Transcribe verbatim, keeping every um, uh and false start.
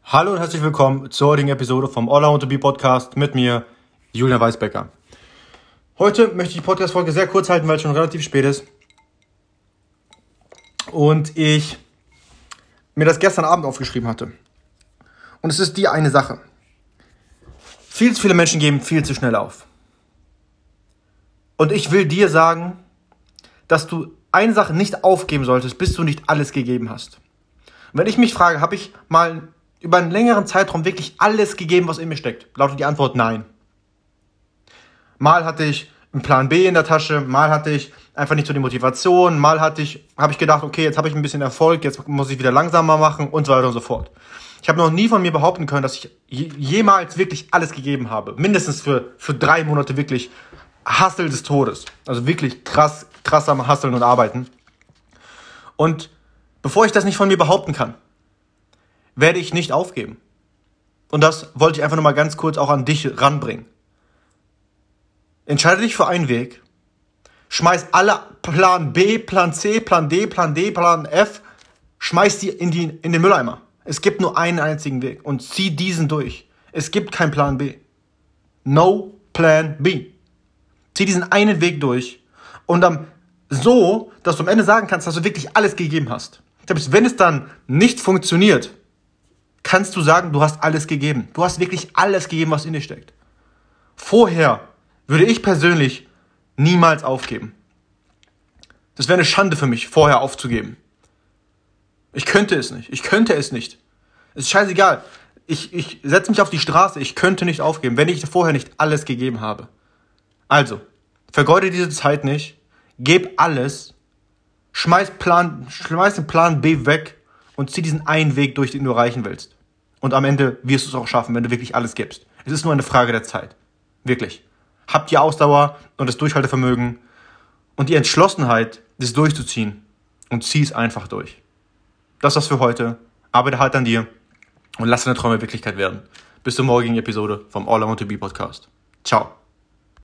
Hallo und herzlich willkommen zur heutigen Episode vom All I Want to Be Podcast mit mir, Julian Weisbecker. Heute möchte ich die Podcast-Folge sehr kurz halten, weil es schon relativ spät ist. Und ich mir das gestern Abend aufgeschrieben hatte. Und es ist die eine Sache. Viel zu viele Menschen geben viel zu schnell auf. Und ich will dir sagen, dass du eine Sache nicht aufgeben solltest, bis du nicht alles gegeben hast. Und wenn ich mich frage, habe ich mal über einen längeren Zeitraum wirklich alles gegeben, was in mir steckt? Lautet die Antwort nein. Mal hatte ich einen Plan B in der Tasche, mal hatte ich einfach nicht so die Motivation, mal hatte ich, habe ich gedacht, okay, jetzt habe ich ein bisschen Erfolg, jetzt muss ich wieder langsamer machen und so weiter und so fort. Ich habe noch nie von mir behaupten können, dass ich jemals wirklich alles gegeben habe. Mindestens für, für drei Monate wirklich Hustle des Todes. Also wirklich krass, krass am Hustlen und Arbeiten. Und bevor ich das nicht von mir behaupten kann, werde ich nicht aufgeben. Und das wollte ich einfach nur mal ganz kurz auch an dich ranbringen. Entscheide dich für einen Weg, schmeiß alle Plan B, Plan C, Plan D, Plan D, Plan F, schmeiß die in, die in den Mülleimer. Es gibt nur einen einzigen Weg und zieh diesen durch. Es gibt keinen Plan B. No Plan B. Zieh diesen einen Weg durch und dann so, dass du am Ende sagen kannst, dass du wirklich alles gegeben hast. Selbst wenn es dann nicht funktioniert, kannst du sagen, du hast alles gegeben. Du hast wirklich alles gegeben, was in dir steckt. Vorher würde ich persönlich niemals aufgeben. Das wäre eine Schande für mich, vorher aufzugeben. Ich könnte es nicht. Ich könnte es nicht. Es ist scheißegal. Ich, ich setze mich auf die Straße. Ich könnte nicht aufgeben, wenn ich vorher nicht alles gegeben habe. Also, vergeude diese Zeit nicht. Gib alles. Schmeiß, Plan, schmeiß den Plan B weg und zieh diesen einen Weg durch, den du erreichen willst. Und am Ende wirst du es auch schaffen, wenn du wirklich alles gibst. Es ist nur eine Frage der Zeit. Wirklich. Hab die Ausdauer und das Durchhaltevermögen und die Entschlossenheit, das durchzuziehen. Und zieh es einfach durch. Das war's für heute. Arbeite hart an dir und lass deine Träume Wirklichkeit werden. Bis zur morgigen Episode vom All I Want to Be Podcast. Ciao.